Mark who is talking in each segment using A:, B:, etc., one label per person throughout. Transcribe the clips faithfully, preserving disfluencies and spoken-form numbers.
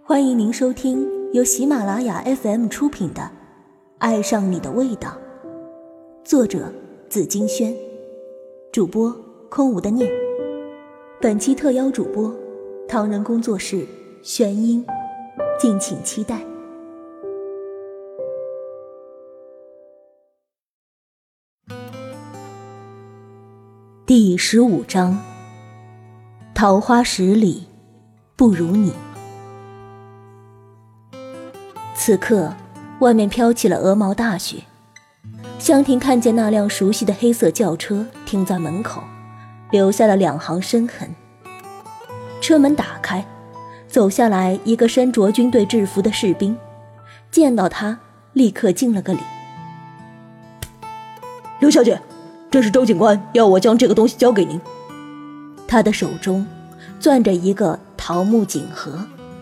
A: 欢迎您收听由喜马拉雅 F M 出品的《爱上你的味道》，作者紫金轩，主播空无的念。本期特邀主播唐人工作室玄音，敬请期待。第十五章，桃花十里不如你。此刻外面飘起了鹅毛大雪，香婷看见那辆熟悉的黑色轿车停在门口，留下了两行深痕。车门打开，走下来一个身着军队制服的士兵，见到他立刻敬了个礼。
B: 刘小姐，这是周警官要我将这个东西交给您。
A: 他的手中攥着一个桃木锦盒。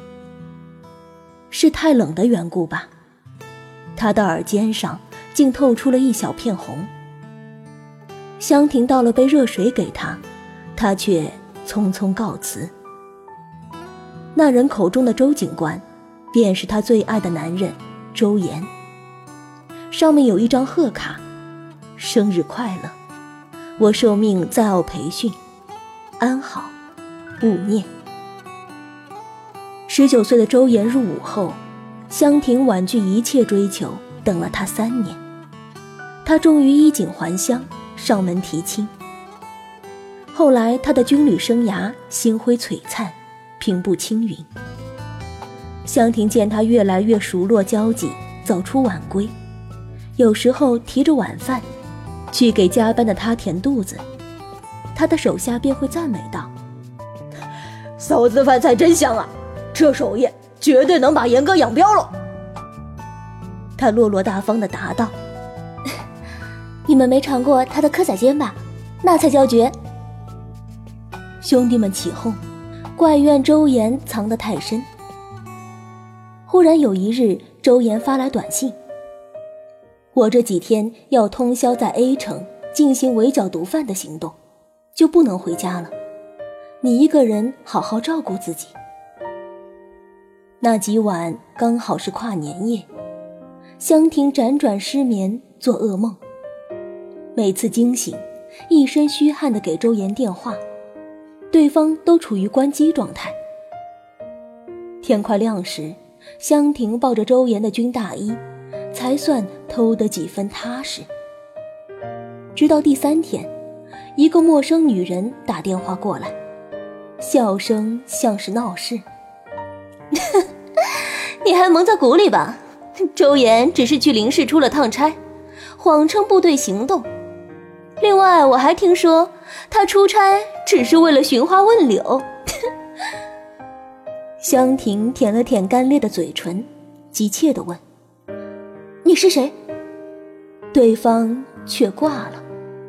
A: 是太冷的缘故吧，他的耳尖上竟透出了一小片红。香婷倒了杯热水给他，他却匆匆告辞。那人口中的周警官便是他最爱的男人周岩，上面有一张贺卡，生日快乐，我受命在澳培训，安好勿念。十九岁的周岩入伍后，香婷婉拒一切追求，等了他三年。他终于衣锦还乡，上门提亲。后来他的军旅生涯星辉璀璨，平步青云。香婷见他越来越熟络交际，早出晚归，有时候提着晚饭去给加班的他填肚子，他的手下便会赞美道：
B: 嫂子的饭菜真香啊，这手艺绝对能把严哥养膘了。
A: 他落落大方地答道：
C: 你们没尝过他的蚵仔煎吧？那才叫绝。
A: 兄弟们起哄，怪怨周岩藏得太深。忽然有一日，周岩发来短信：我这几天要通宵在 A 城进行围剿毒贩的行动，就不能回家了，你一个人好好照顾自己。那几晚刚好是跨年夜，香婷辗转失眠，做噩梦。每次惊醒，一身虚汗地给周岩电话，对方都处于关机状态。天快亮时，香婷抱着周岩的军大衣，才算偷得几分踏实。直到第三天，一个陌生女人打电话过来，笑声像是闹事。
C: 你还蒙在鼓里吧？周岩只是去林氏出了趟差，谎称部队行动。另外我还听说他出差只是为了寻花问柳。
A: 香婷舔了舔干裂的嘴唇，急切地问：
C: 你是谁？
A: 对方却挂了。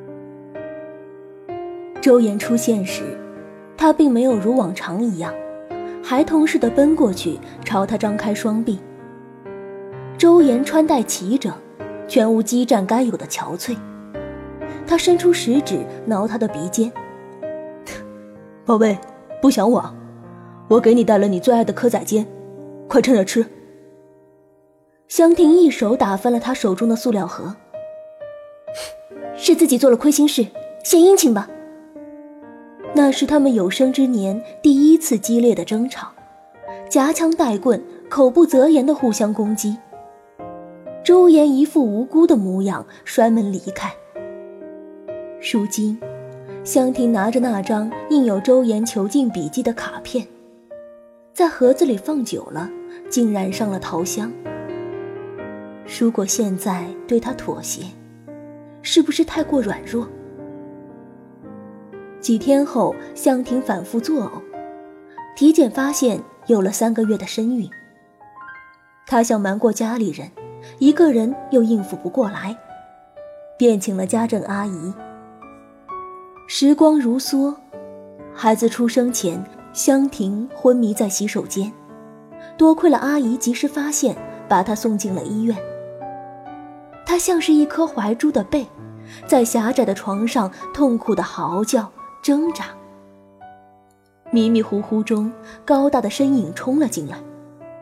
A: 周岩出现时，他并没有如往常一样孩童似的奔过去朝他张开双臂。周岩穿戴齐整，全无激战该有的憔悴。他伸出食指挠他的鼻尖：
B: 宝贝，不想我？我给你带了你最爱的蚵仔煎，快趁热吃。
A: 香婷一手打翻了他手中的塑料盒：
C: 是自己做了亏心事，献殷勤吧。
A: 那是他们有生之年第一次激烈的争吵，夹枪带棍，口不择言的互相攻击。周岩一副无辜的模样，摔门离开。如今香婷拿着那张印有周岩囚禁笔记的卡片，在盒子里放久了，竟染上了桃香。如果现在对他妥协，是不是太过软弱？几天后，香婷反复作呕，体检发现有了三个月的身孕。她想瞒过家里人，一个人又应付不过来，便请了家政阿姨。时光如梭，孩子出生前，香婷昏迷在洗手间，多亏了阿姨及时发现，把她送进了医院。她像是一颗怀猪的贝，在狭窄的床上痛苦地嚎叫挣扎。迷迷糊糊中，高大的身影冲了进来，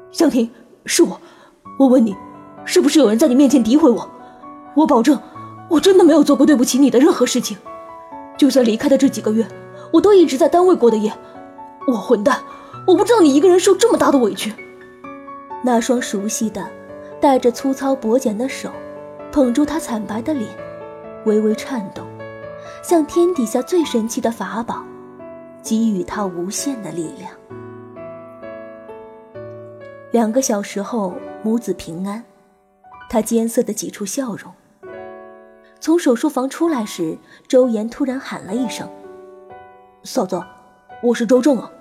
B: 香婷，是我，我问你，是不是有人在你面前诋毁我？我保证，我真的没有做过对不起你的任何事情。就算离开的这几个月，我都一直在单位过的夜。我混蛋，我不知道你一个人受这么大的委屈。
A: 那双熟悉的带着粗糙薄茧的手捧住他惨白的脸，微微颤动，像天底下最神奇的法宝，给予他无限的力量。两个小时后，母子平安，他艰涩地挤出笑容。从手术房出来时，周岩突然喊了一声：
B: 嫂子，我是周正啊。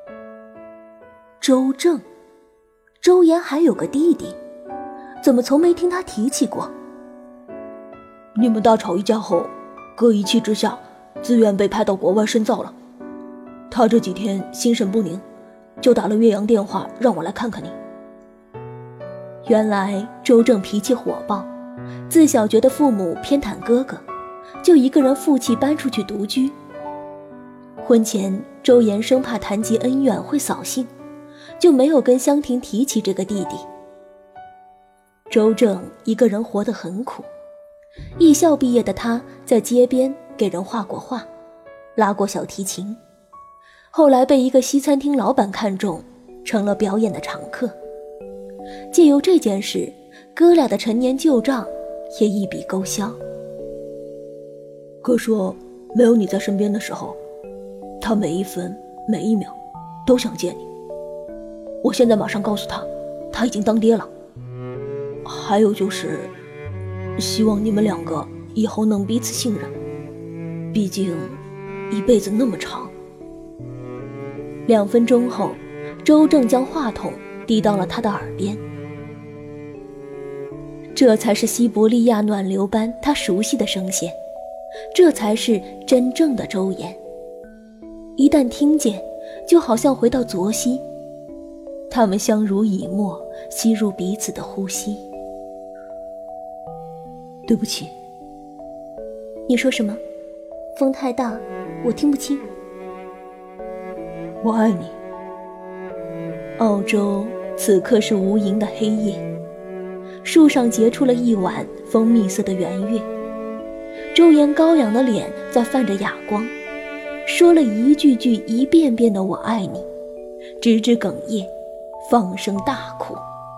A: 周正，周岩还有个弟弟，怎么从没听他提起过？
B: 你们大吵一架后，哥一气之下自愿被派到国外深造了。他这几天心神不宁，就打了岳阳电话让我来看看你。
A: 原来周正脾气火爆，自小觉得父母偏袒哥哥，就一个人负气搬出去独居。婚前周岩生怕谈及恩怨会扫兴，就没有跟香婷提起这个弟弟。周正一个人活得很苦，艺校毕业的他在街边给人画过画，拉过小提琴，后来被一个西餐厅老板看中，成了表演的常客。借由这件事，哥俩的陈年旧账也一笔勾销。
B: 哥说没有你在身边的时候，他每一分每一秒都想见你。我现在马上告诉他，他已经当爹了。还有就是希望你们两个以后能彼此信任，毕竟一辈子那么长。
A: 两分钟后，周正将话筒递到了他的耳边。这才是西伯利亚暖流般他熟悉的声线，这才是真正的周岩。一旦听见，就好像回到昨夕，他们相濡以沫，吸入彼此的呼吸。
B: 对不起。
A: 你说什么？风太大，我听不清。
B: 我爱你。
A: 澳洲此刻是无垠的黑夜，树上结出了一碗蜂蜜色的圆月。周岩高仰的脸在泛着哑光，说了一句句一遍遍的我爱你，直至哽咽，放声大哭。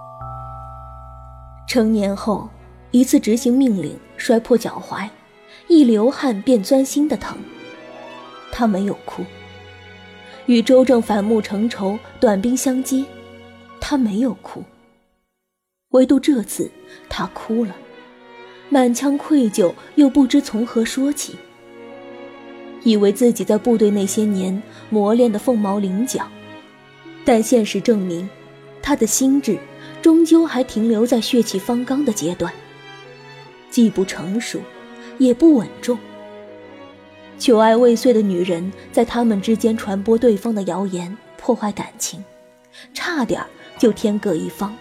A: 成年后，一次执行命令摔破脚踝，一流汗便钻心的疼。他没有哭。与周正反目成仇，短兵相接，他没有哭。唯独这次他哭了，满腔愧疚又不知从何说起。以为自己在部队那些年磨练得凤毛麟角，但现实证明，他的心智终究还停留在血气方刚的阶段，既不成熟也不稳重。求爱未遂的女人在他们之间传播对方的谣言，破坏感情，差点就天各一方。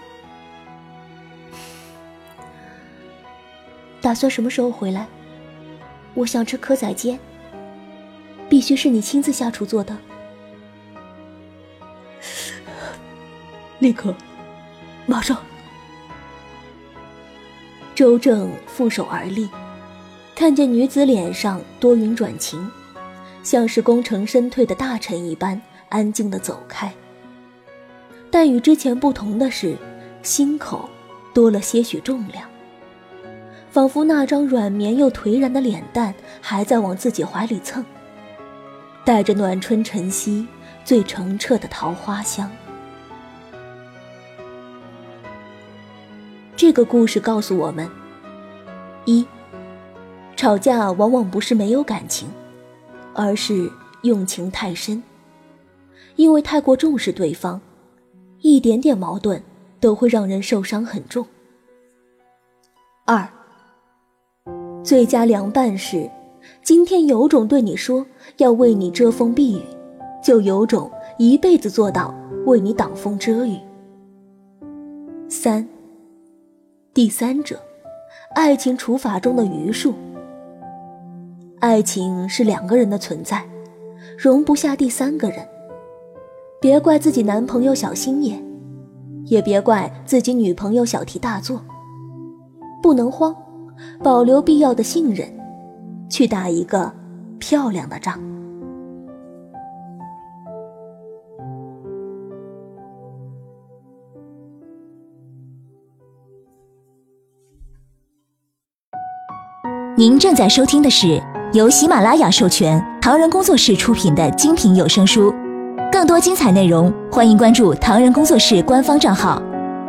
A: 打算什么时候回来？我想吃蚵仔煎，必须是你亲自下厨做的。
B: 立刻，马上。
A: 周正负手而立，看见女子脸上多云转晴，像是功成身退的大臣一般安静地走开。但与之前不同的是，心口多了些许重量，仿佛那张软绵又颓然的脸蛋还在往自己怀里蹭，带着暖春晨曦最澄澈的桃花香。这个故事告诉我们：一，吵架往往不是没有感情，而是用情太深，因为太过重视对方，一点点矛盾都会让人受伤很重。二，最佳凉拌是今天有种对你说要为你遮风避雨，就有种一辈子做到为你挡风遮雨。三，第三者，爱情除法中的余数。爱情是两个人的存在，容不下第三个人。别怪自己男朋友小心眼， 也别怪自己女朋友小题大做。不能慌，保留必要的信任，去打一个漂亮的仗。
D: 您正在收听的是由喜马拉雅授权唐人工作室出品的精品有声书，更多精彩内容欢迎关注唐人工作室官方账号。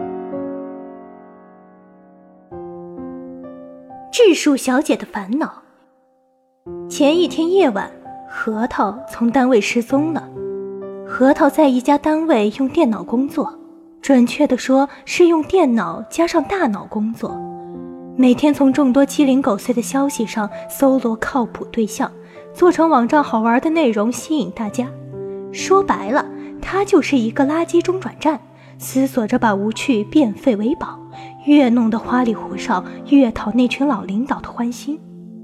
E: 智树小姐的烦恼。前一天夜晚，核桃从单位失踪了。核桃在一家单位用电脑工作，准确地说是用电脑加上大脑工作，每天从众多鸡零狗碎的消息上搜罗靠谱对象，做成网站好玩的内容吸引大家。说白了，它就是一个垃圾中转站，思索着把无趣变废为宝，越弄得花里胡哨，越讨那群老领导的欢心。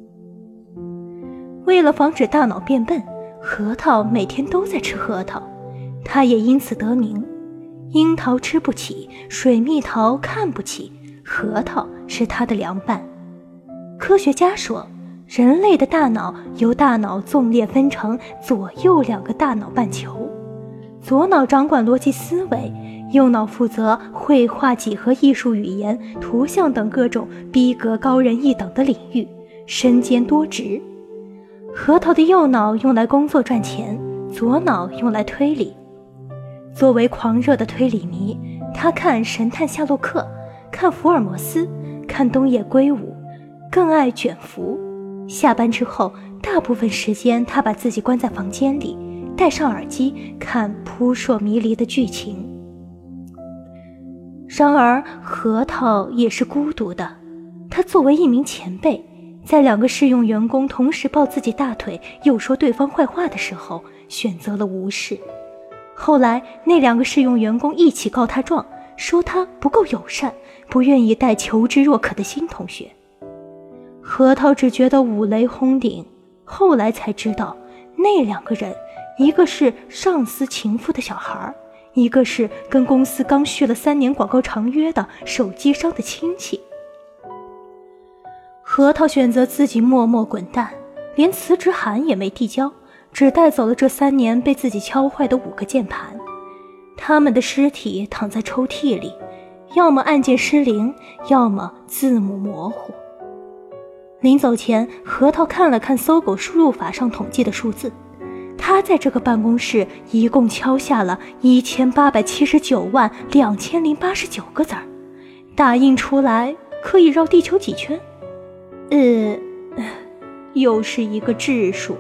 E: 为了防止大脑变笨，核桃每天都在吃核桃，它也因此得名。樱桃吃不起，水蜜桃看不起，核桃是它的凉拌。科学家说，人类的大脑由大脑纵裂分成左右两个大脑半球，左脑掌管逻辑思维，右脑负责绘画、几何、艺术、语言、图像等各种逼格高人一等的领域，身兼多职。核桃的右脑用来工作赚钱，左脑用来推理。作为狂热的推理迷，他看神探夏洛克，看福尔摩斯，看东野圭吾，更爱卷福。下班之后，大部分时间他把自己关在房间里，戴上耳机看扑朔迷离的剧情。然而核桃也是孤独的，他作为一名前辈，在两个试用员工同时抱自己大腿又说对方坏话的时候，选择了无视。后来那两个试用员工一起告他状，说他不够友善，不愿意带求知若渴的新同学。核桃只觉得五雷轰顶，后来才知道那两个人，一个是上司情妇的小孩，一个是跟公司刚续了三年广告长约的手机商的亲戚。核桃选择自己默默滚蛋，连辞职函也没递交，只带走了这三年被自己敲坏的五个键盘。他们的尸体躺在抽屉里，要么按键失灵，要么字母模糊。临走前，核桃看了看搜狗输入法上统计的数字，他在这个办公室一共敲下了一千八百七十九万两千零八十九个字儿，打印出来可以绕地球几圈？呃，又是一个质数。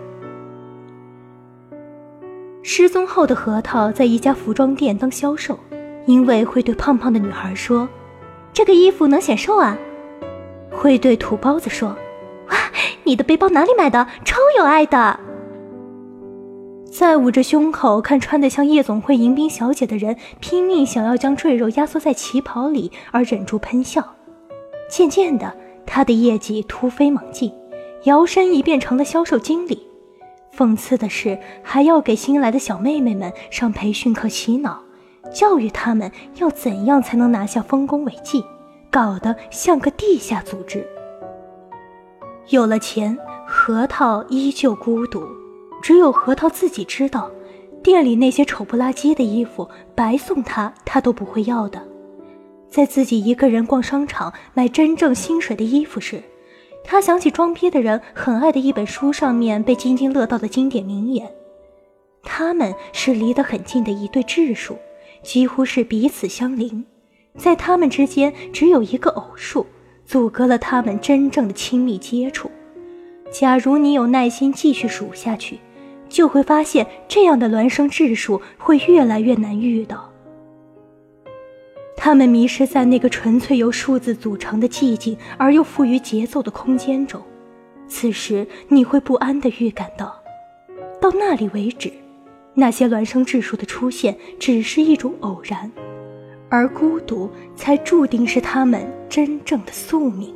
E: 失踪后的核桃在一家服装店当销售，因为会对胖胖的女孩说：“这个衣服能显瘦啊。”会对土包子说：“哇，你的背包哪里买的？超有爱的。”在捂着胸口看穿得像夜总会迎宾小姐的人拼命想要将赘肉压缩在旗袍里而忍住喷笑。渐渐的，他的业绩突飞猛进，摇身一变成了销售经理。讽刺的是，还要给新来的小妹妹们上培训课洗脑，教育他们要怎样才能拿下丰功伟绩，搞得像个地下组织。有了钱，核桃依旧孤独，只有核桃自己知道，店里那些丑不拉几的衣服白送他，他都不会要的。在自己一个人逛商场买真正薪水的衣服时，他想起装逼的人很爱的一本书上面被津津乐道的经典名言：他们是离得很近的一对质数，几乎是彼此相邻，在他们之间只有一个偶数，阻隔了他们真正的亲密接触。假如你有耐心继续数下去，就会发现这样的孪生质数会越来越难遇到。他们迷失在那个纯粹由数字组成的寂静而又富于节奏的空间中，此时你会不安地预感到，到那里为止，那些孪生质数的出现只是一种偶然，而孤独才注定是他们真正的宿命。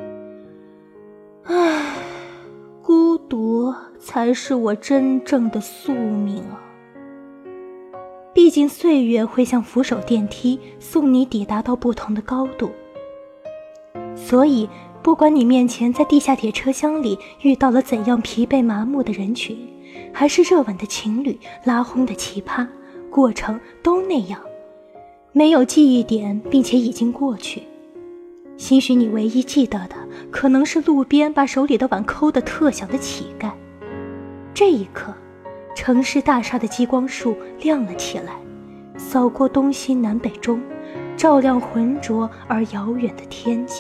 E: 唉，孤独才是我真正的宿命啊！ 毕竟岁月会像扶手电梯，送你抵达到不同的高度。所以不管你面前在地下铁车厢里遇到了怎样疲惫麻木的人群，还是热吻的情侣，拉轰的奇葩，过程都那样，没有记忆点，并且已经过去。兴许你唯一记得的可能是路边把手里的碗抠得特响的乞丐。这一刻，城市大厦的激光束亮了起来，扫过东西南北中，照亮浑浊而遥远的天际。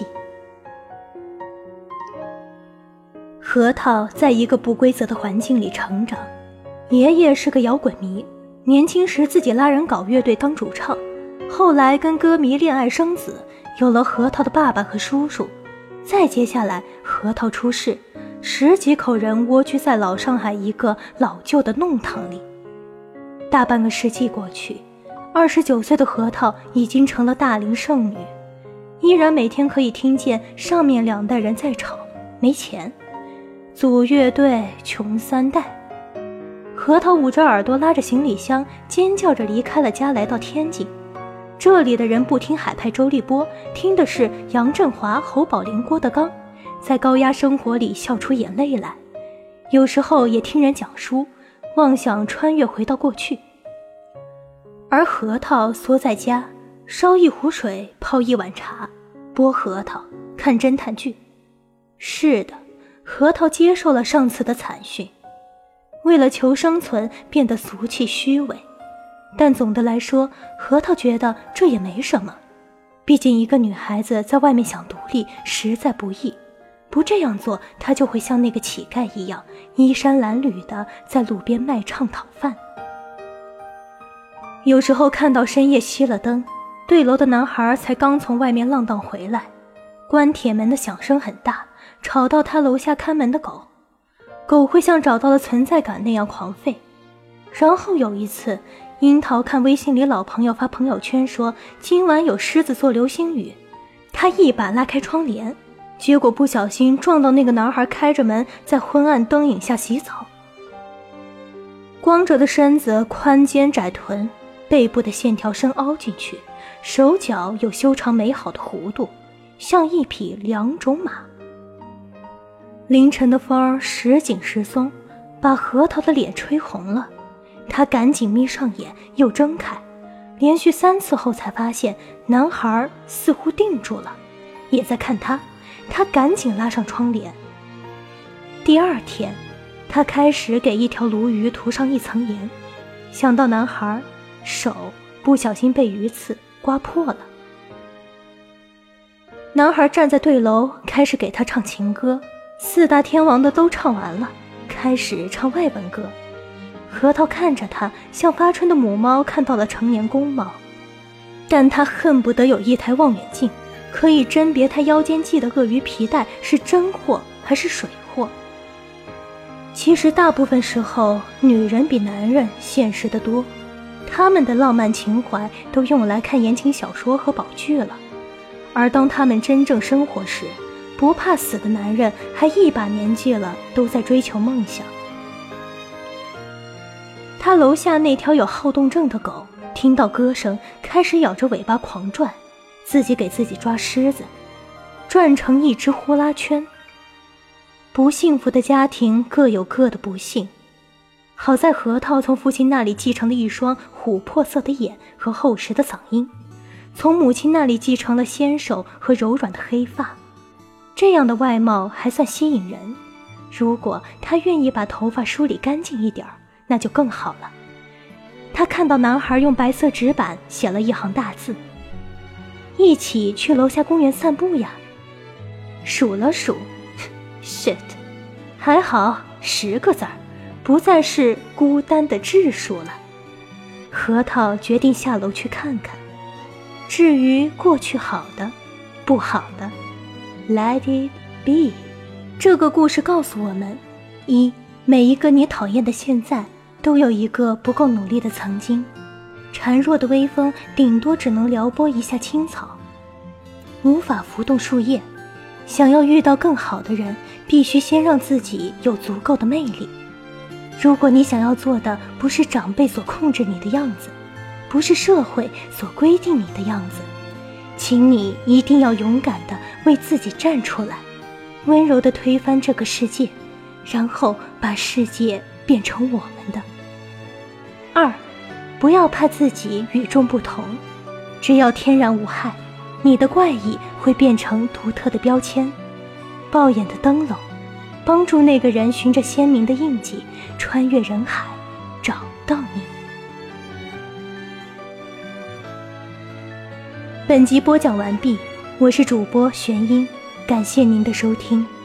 E: 核桃在一个不规则的环境里成长，爷爷是个摇滚迷，年轻时自己拉人搞乐队当主唱，后来跟歌迷恋爱生子，有了核桃的爸爸和叔叔。再接下来核桃出世，十几口人蜗居在老上海一个老旧的弄堂里。大半个世纪过去，二十九岁的核桃已经成了大龄剩女，依然每天可以听见上面两代人在吵没钱，组乐队穷三代。核桃捂着耳朵拉着行李箱，尖叫着离开了家，来到天津。这里的人不听海派周立波，听的是杨振华、侯宝林、郭德纲，在高压生活里笑出眼泪来。有时候也听人讲书，妄想穿越回到过去。而核桃缩在家，烧一壶水，泡一碗茶，剥核桃，看侦探剧。是的，核桃接受了上次的惨训，为了求生存变得俗气虚伪。但总的来说，核桃觉得这也没什么，毕竟一个女孩子在外面想独立实在不易，不这样做她就会像那个乞丐一样衣衫褴褛地在路边卖唱讨饭。有时候看到深夜熄了灯，对楼的男孩才刚从外面浪荡回来，关铁门的响声很大，吵到他楼下看门的狗，狗会像找到了存在感那样狂吠。然后有一次，樱桃看微信里老朋友发朋友圈说今晚有狮子座流星雨，他一把拉开窗帘，结果不小心撞到那个男孩开着门在昏暗灯影下洗澡。光着的身子，宽肩窄臀，背部的线条深凹进去，手脚有修长美好的弧度，像一匹两种马。凌晨的风时紧时松，把核桃的脸吹红了。他赶紧眯上眼，又睁开，连续三次后才发现男孩似乎定住了，也在看他。他赶紧拉上窗帘。第二天，他开始给一条鲈鱼涂上一层盐，想到男孩手不小心被鱼刺刮破了。男孩站在对楼，开始给他唱情歌，四大天王的都唱完了，开始唱外文歌。核桃看着他，像发春的母猫看到了成年公猫，但他恨不得有一台望远镜，可以甄别他腰间系的鳄鱼皮带是真货还是水货。其实大部分时候，女人比男人现实得多，他们的浪漫情怀都用来看言情小说和宝剧了，而当他们真正生活时，不怕死的男人还一把年纪了都在追求梦想。他楼下那条有好动症的狗听到歌声，开始咬着尾巴狂转，自己给自己抓虱子，转成一只呼啦圈。不幸福的家庭各有各的不幸，好在核桃从父亲那里继承了一双琥珀色的眼和厚实的嗓音，从母亲那里继承了纤手和柔软的黑发，这样的外貌还算吸引人。如果他愿意把头发梳理干净一点，那就更好了。他看到男孩用白色纸板写了一行大字：一起去楼下公园散步呀。数了数shit， 还好十个字儿，不再是孤单的质数了。核桃决定下楼去看看。至于过去好的不好的， let it be。 这个故事告诉我们：一，每一个你讨厌的现在都有一个不够努力的曾经，孱弱的微风顶多只能撩拨一下青草，无法浮动树叶。想要遇到更好的人，必须先让自己有足够的魅力。如果你想要做的不是长辈所控制你的样子， 不是社会所规定你的样子。请你一定要勇敢地为自己站出来，温柔地推翻这个世界，然后把世界变成我们的。二，不要怕自己与众不同，只要天然无害，你的怪异会变成独特的标签。爆眼的灯笼，帮助那个人循着鲜明的印记，穿越人海，找到你。本集播讲完毕，我是主播玄音，感谢您的收听。